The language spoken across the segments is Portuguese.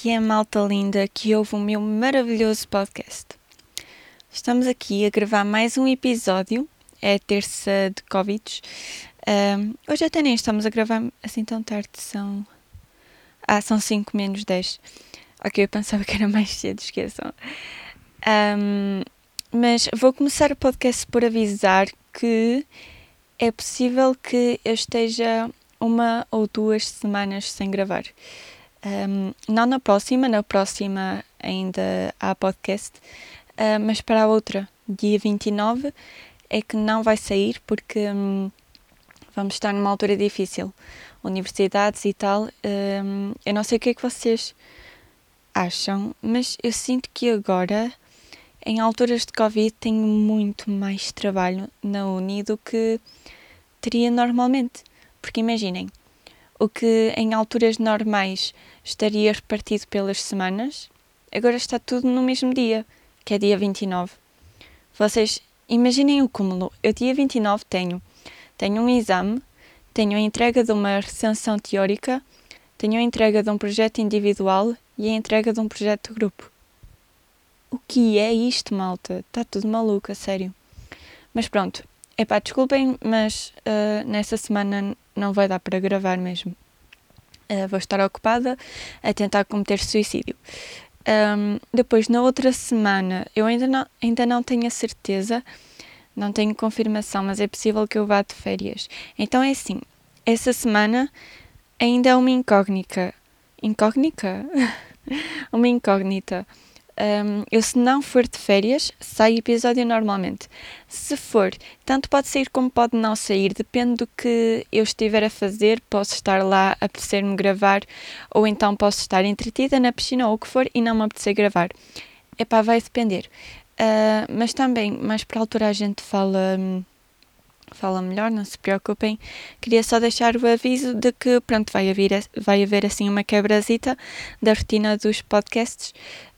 que é a malta linda que ouve o meu maravilhoso podcast. Estamos aqui a gravar mais um episódio, é a terça de Covid. Hoje até nem estamos a gravar assim tão tarde, são 5 menos 10. Ok, eu pensava que era mais cedo, esqueçam. Mas vou começar o podcast por avisar que é possível que eu esteja 1 ou 2 semanas sem gravar. Não na próxima ainda há podcast, mas para a outra, dia 29, é que não vai sair porque vamos estar numa altura difícil. Universidades e tal, eu não sei o que é que vocês acham, mas eu sinto que agora, em alturas de Covid, tenho muito mais trabalho na uni do que teria normalmente. Porque imaginem, o que em alturas normais estaria repartido pelas semanas, agora está tudo no mesmo dia, que é dia 29. Vocês imaginem o cúmulo. Eu dia 29 tenho um exame, tenho a entrega de uma recensão teórica, tenho a entrega de um projeto individual e a entrega de um projeto de grupo. O que é isto, malta? Está tudo maluco, a sério. Mas pronto, desculpem, mas nessa semana não vai dar para gravar mesmo. Vou estar ocupada a tentar cometer suicídio. Depois, na outra semana, eu ainda não tenho a certeza, não tenho confirmação, mas é possível que eu vá de férias. Então é assim, essa semana ainda é uma incógnita. Incógnita? Uma incógnita. Eu, se não for de férias, sai episódio normalmente. Se for, tanto pode sair como pode não sair, depende do que eu estiver a fazer. Posso estar lá a apetecer-me gravar, ou então posso estar entretida na piscina ou o que for e não me apetecer gravar. Vai depender. Mas também, mais para a altura a gente fala melhor, não se preocupem. Queria só deixar o aviso de que, pronto, vai haver assim uma quebrazita da rotina dos podcasts.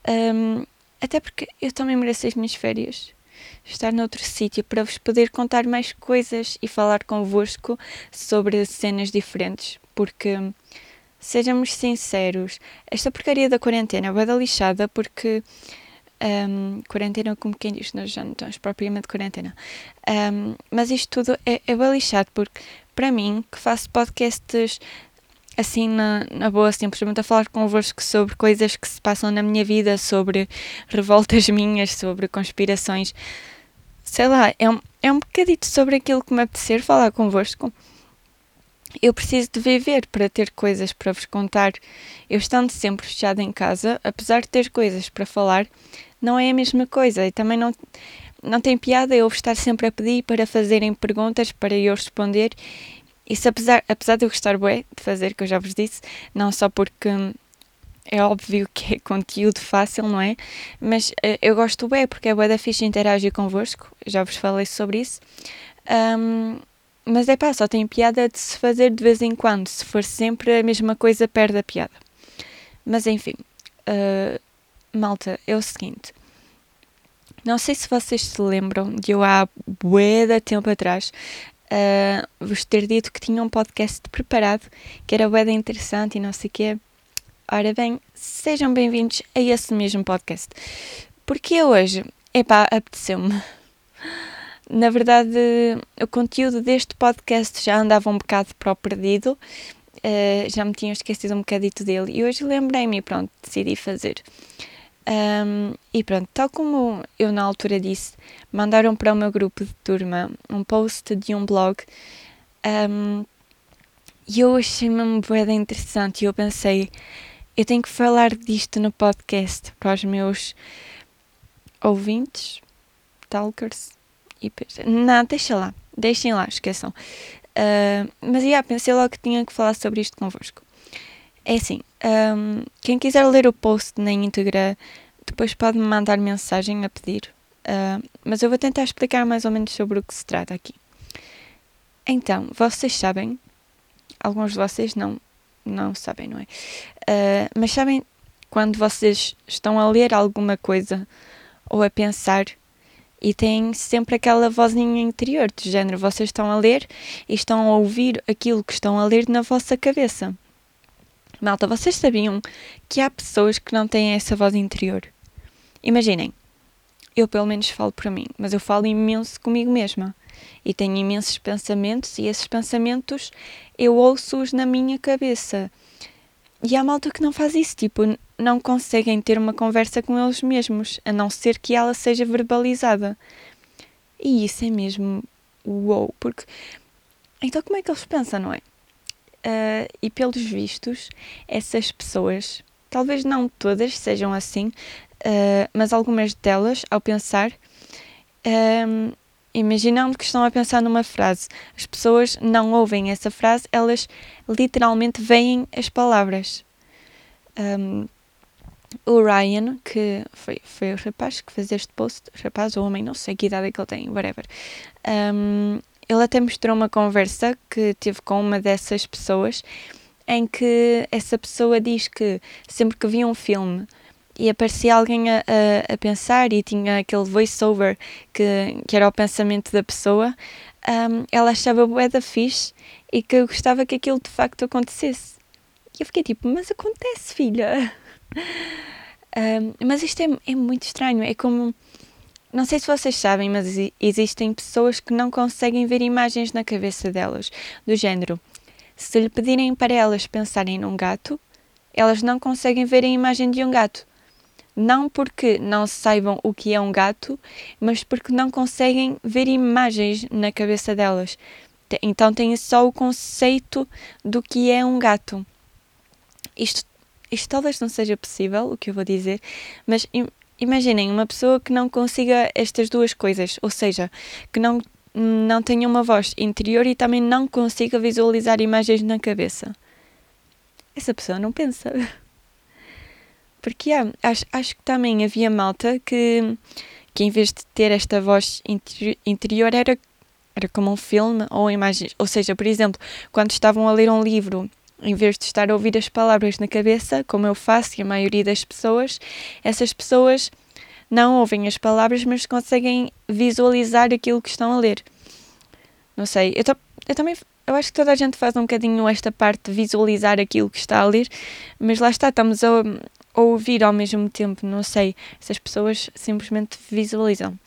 Até porque eu também mereço as minhas férias. Estar noutro sítio para vos poder contar mais coisas e falar convosco sobre cenas diferentes. Porque, sejamos sinceros, esta porcaria da quarentena vai dar lixada porque... quarentena, como quem diz, nós já não estamos propriamente de quarentena. Mas isto tudo é bem lixado porque, para mim, que faço podcasts assim na boa, simplesmente a falar convosco sobre coisas que se passam na minha vida, sobre revoltas minhas, sobre conspirações, sei lá, é um bocadito sobre aquilo que me apetecer falar convosco. Eu preciso de viver para ter coisas para vos contar. Eu estando sempre fechada em casa, apesar de ter coisas para falar, não é a mesma coisa. E também não tem piada eu estar sempre a pedir para fazerem perguntas para eu responder. Isso apesar de eu gostar bué de fazer, que eu já vos disse, não só porque é óbvio que é conteúdo fácil, não é? Mas eu gosto bué porque é bué da fixe interagir convosco. Já vos falei sobre isso. Mas só tem piada de se fazer de vez em quando. Se for sempre a mesma coisa, perde a piada. Mas enfim, malta, é o seguinte. Não sei se vocês se lembram de eu há bué de tempo atrás vos ter dito que tinha um podcast preparado, que era bué de interessante e não sei o quê. Ora bem, sejam bem-vindos a esse mesmo podcast. Porque hoje, apeteceu-me. Na verdade, o conteúdo deste podcast já andava um bocado para o perdido, já me tinha esquecido um bocadito dele e hoje lembrei-me e pronto, decidi fazer. E pronto, tal como eu na altura disse, mandaram para o meu grupo de turma um post de um blog e eu achei mesmo bem interessante e eu pensei, eu tenho que falar disto no podcast para os meus ouvintes, talkers. Não, deixem lá, esqueçam. Mas pensei logo que tinha que falar sobre isto convosco. É assim, quem quiser ler o post na íntegra, depois pode-me mandar mensagem a pedir. Mas eu vou tentar explicar mais ou menos sobre o que se trata aqui. Então, vocês sabem, alguns de vocês não sabem, não é? Mas sabem quando vocês estão a ler alguma coisa ou a pensar e têm sempre aquela vozinha interior, de género, vocês estão a ler e estão a ouvir aquilo que estão a ler na vossa cabeça. Malta, vocês sabiam que há pessoas que não têm essa voz interior? Imaginem, eu pelo menos falo para mim, mas eu falo imenso comigo mesma. E tenho imensos pensamentos e esses pensamentos eu ouço-os na minha cabeça. E há malta que não faz isso, tipo, não conseguem ter uma conversa com eles mesmos, a não ser que ela seja verbalizada. E isso é mesmo uou, porque então como é que eles pensam, não é? E pelos vistos, essas pessoas, talvez não todas sejam assim, mas algumas delas, ao pensar, imaginando que estão a pensar numa frase, as pessoas não ouvem essa frase, elas literalmente veem as palavras. O Ryan, que foi o rapaz que fez este post, rapaz ou homem, não sei que idade é que ele tem, whatever. Ele até mostrou uma conversa que teve com uma dessas pessoas, em que essa pessoa diz que sempre que via um filme e aparecia alguém a pensar e tinha aquele voice-over que era o pensamento da pessoa, ela achava bué da fixe e que gostava que aquilo de facto acontecesse. E eu fiquei tipo, mas acontece, filha. Mas isto é muito estranho, é como... Não sei se vocês sabem, mas existem pessoas que não conseguem ver imagens na cabeça delas, do género, se lhe pedirem para elas pensarem num gato, elas não conseguem ver a imagem de um gato. Não porque não saibam o que é um gato, mas porque não conseguem ver imagens na cabeça delas. Então têm só o conceito do que é um gato. Isto talvez não seja possível, o que eu vou dizer, mas imaginem uma pessoa que não consiga estas duas coisas, ou seja, que não tenha uma voz interior e também não consiga visualizar imagens na cabeça. Essa pessoa não pensa. Porque acho que também havia malta que em vez de ter esta voz interior era como um filme ou imagens. Ou seja, por exemplo, quando estavam a ler um livro, em vez de estar a ouvir as palavras na cabeça, como eu faço e a maioria das pessoas, essas pessoas não ouvem as palavras, mas conseguem visualizar aquilo que estão a ler. Não sei, eu acho que toda a gente faz um bocadinho esta parte de visualizar aquilo que está a ler, mas lá está, estamos a ouvir ao mesmo tempo, não sei, essas pessoas simplesmente visualizam.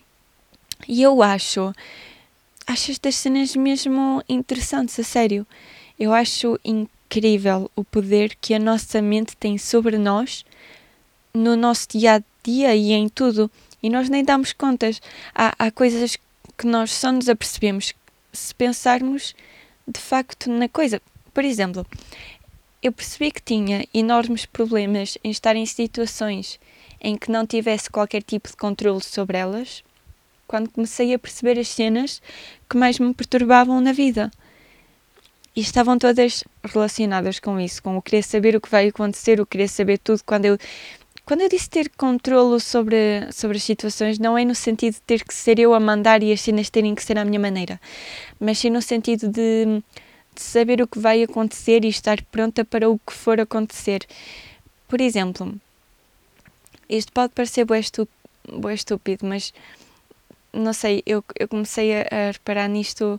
E eu acho estas cenas mesmo interessantes, a sério. Eu acho incrível o poder que a nossa mente tem sobre nós, no nosso dia-a-dia e em tudo. E nós nem damos contas. Há coisas que nós só nos apercebemos se pensarmos de facto na coisa. Por exemplo, eu percebi que tinha enormes problemas em estar em situações em que não tivesse qualquer tipo de controle sobre elas, quando comecei a perceber as cenas que mais me perturbavam na vida. E estavam todas relacionadas com isso, com o querer saber o que vai acontecer, o querer saber tudo. Quando eu disse ter controlo sobre as situações, não é no sentido de ter que ser eu a mandar e as cenas terem que ser à minha maneira, mas sim no sentido de saber o que vai acontecer e estar pronta para o que for acontecer. Por exemplo, isto pode parecer bué estúpido, mas não sei, eu comecei a reparar nisto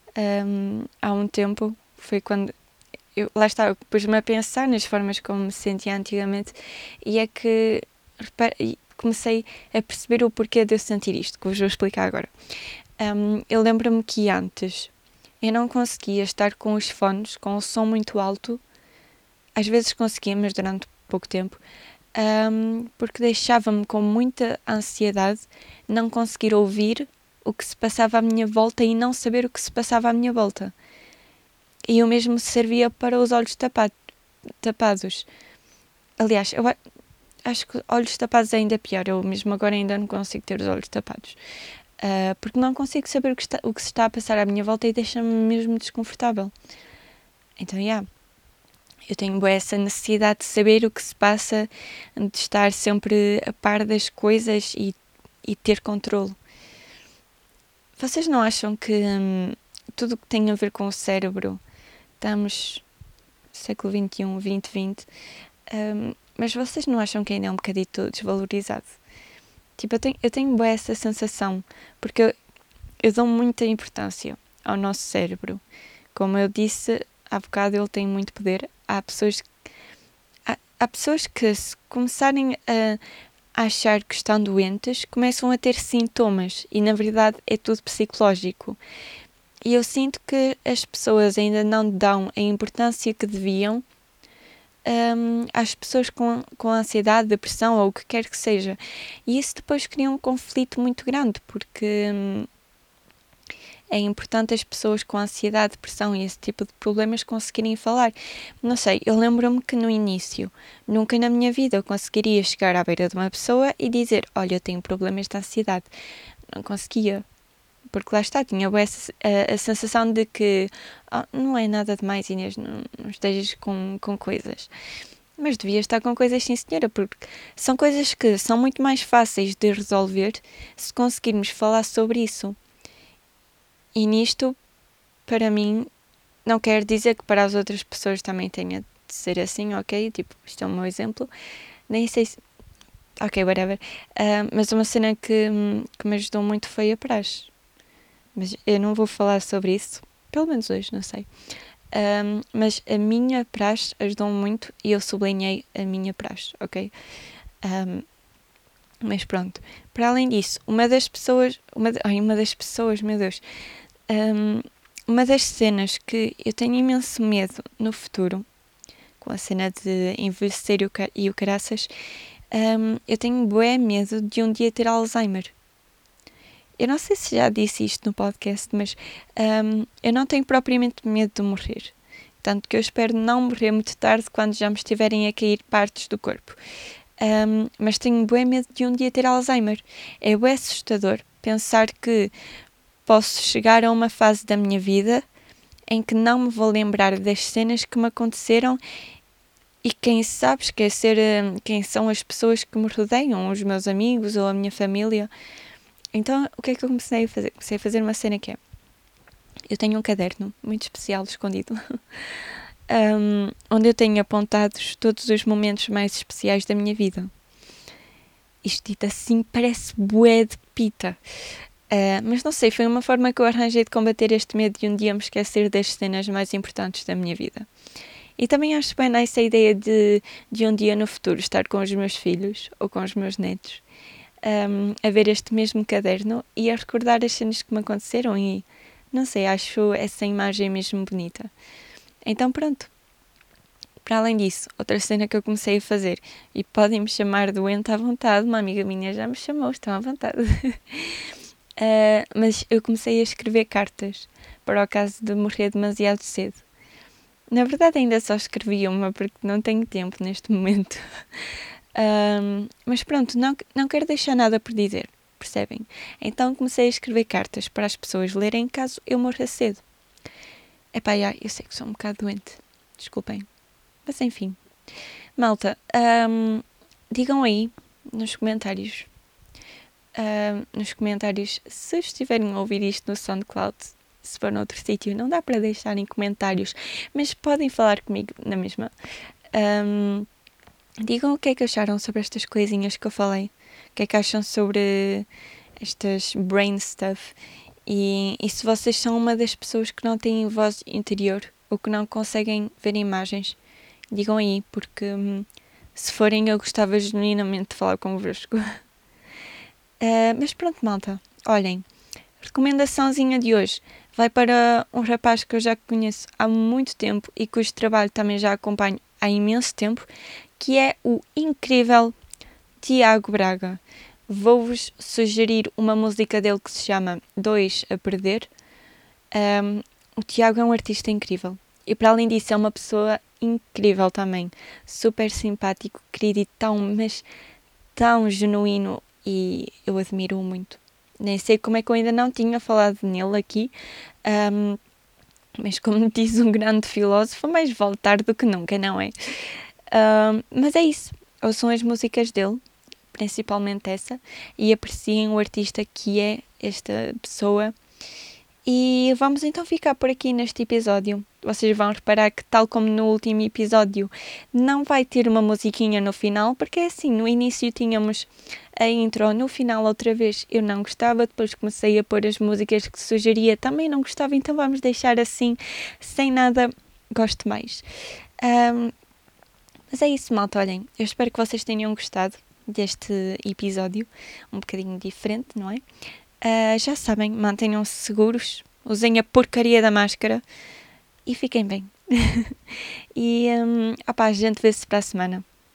há um tempo. Foi quando lá está, eu pus-me a pensar nas formas como me sentia antigamente e é que comecei a perceber o porquê de eu sentir isto, que vos vou explicar agora. Eu lembro-me que antes eu não conseguia estar com os fones com o som muito alto, às vezes conseguia, mas durante pouco tempo, porque deixava-me com muita ansiedade não conseguir ouvir o que se passava à minha volta e não saber o que se passava à minha volta. E o mesmo servia para os olhos tapados. Aliás, eu acho que olhos tapados é ainda pior. Eu mesmo agora ainda não consigo ter os olhos tapados. Porque não consigo saber o que se está a passar à minha volta e deixa-me mesmo desconfortável. Então, eu tenho essa necessidade de saber o que se passa, de estar sempre a par das coisas e ter controle. Vocês não acham que tudo o que tem a ver com o cérebro, estamos no século XXI, 2020, mas vocês não acham que ainda é um bocadito desvalorizado? Tipo, eu tenho essa sensação, porque eu dou muita importância ao nosso cérebro. Como eu disse há bocado, ele tem muito poder. Há pessoas há pessoas que, se começarem a achar que estão doentes, começam a ter sintomas e, na verdade, é tudo psicológico. E eu sinto que as pessoas ainda não dão a importância que deviam às pessoas com ansiedade, depressão ou o que quer que seja. E isso depois cria um conflito muito grande, porque é importante as pessoas com ansiedade, depressão e esse tipo de problemas conseguirem falar. Não sei, eu lembro-me que no início, nunca na minha vida eu conseguiria chegar à beira de uma pessoa e dizer: olha, eu tenho problemas de ansiedade. Não conseguia. Porque lá está, tinha a sensação de que não é nada demais, Inês, não estejas com coisas. Mas devia estar com coisas, sim senhora, porque são coisas que são muito mais fáceis de resolver se conseguirmos falar sobre isso. E nisto, para mim, não quer dizer que para as outras pessoas também tenha de ser assim, ok? Tipo, isto é o meu exemplo. Nem sei se... Ok, whatever. Mas uma cena que me ajudou muito foi a praxe. Mas eu não vou falar sobre isso, pelo menos hoje, não sei. Mas a minha praxe ajudou muito e eu sublinhei a minha praxe, ok? Mas pronto. Para além disso, uma das pessoas, meu Deus, uma das cenas que eu tenho imenso medo no futuro, com a cena de envelhecer e o caraças, eu tenho bué medo de um dia ter Alzheimer. Eu não sei se já disse isto no podcast, mas eu não tenho propriamente medo de morrer. Tanto que eu espero não morrer muito tarde quando já me estiverem a cair partes do corpo. Mas tenho bué medo de um dia ter Alzheimer. É bué assustador pensar que posso chegar a uma fase da minha vida em que não me vou lembrar das cenas que me aconteceram e quem sabe esquecer quem são as pessoas que me rodeiam, os meus amigos ou a minha família. Então, o que é que eu comecei a fazer? Comecei a fazer uma cena que é... Eu tenho um caderno muito especial, escondido, onde eu tenho apontados todos os momentos mais especiais da minha vida. Isto dito assim parece bué de pita. Mas não sei, foi uma forma que eu arranjei de combater este medo de um dia me esquecer das cenas mais importantes da minha vida. E também acho bem nice a ideia de um dia no futuro estar com os meus filhos ou com os meus netos, a ver este mesmo caderno e a recordar as cenas que me aconteceram e, não sei, acho essa imagem mesmo bonita. Então pronto. Para além disso, outra cena que eu comecei a fazer, e podem-me chamar doente à vontade, uma amiga minha já me chamou, estão à vontade. Mas eu comecei a escrever cartas para o caso de morrer demasiado cedo. Na verdade ainda só escrevi uma porque não tenho tempo neste momento. Mas pronto, não quero deixar nada por dizer, percebem? Então comecei a escrever cartas para as pessoas lerem caso eu morra cedo. Epá, eu sei que sou um bocado doente, desculpem. Mas enfim. Malta, digam aí nos comentários, se estiverem a ouvir isto no SoundCloud, se for noutro sítio, não dá para deixarem comentários, mas podem falar comigo na mesma. Digam o que é que acharam sobre estas coisinhas que eu falei. O que é que acham sobre estas brain stuff. E se vocês são uma das pessoas que não têm voz interior ou que não conseguem ver imagens, digam aí, porque se forem eu gostava genuinamente de falar convosco. Mas pronto, malta. Olhem, recomendaçãozinha de hoje vai para um rapaz que eu já conheço há muito tempo e cujo trabalho também já acompanho há imenso tempo, que é o incrível Tiago Braga. Vou-vos sugerir uma música dele que se chama Dois a Perder. O Tiago é um artista incrível. E para além disso é uma pessoa incrível também. Super simpático, querido e mas tão genuíno e eu admiro-o muito. Nem sei como é que eu ainda não tinha falado nele aqui. Mas como diz um grande filósofo, mais vale tarde do que nunca, não é? Mas é isso. Ouçam as músicas dele, principalmente essa, e apreciem o artista que é esta pessoa. E vamos então ficar por aqui neste episódio. Vocês vão reparar que, tal como no último episódio, não vai ter uma musiquinha no final, porque é assim, no início tínhamos a intro, no final outra vez eu não gostava, depois comecei a pôr as músicas que sugeria, também não gostava, então vamos deixar assim, sem nada, gosto mais. Mas é isso, malta, olhem, eu espero que vocês tenham gostado deste episódio, um bocadinho diferente, não é? Já sabem, mantenham-se seguros, usem a porcaria da máscara e fiquem bem. E, a gente vê-se para a semana.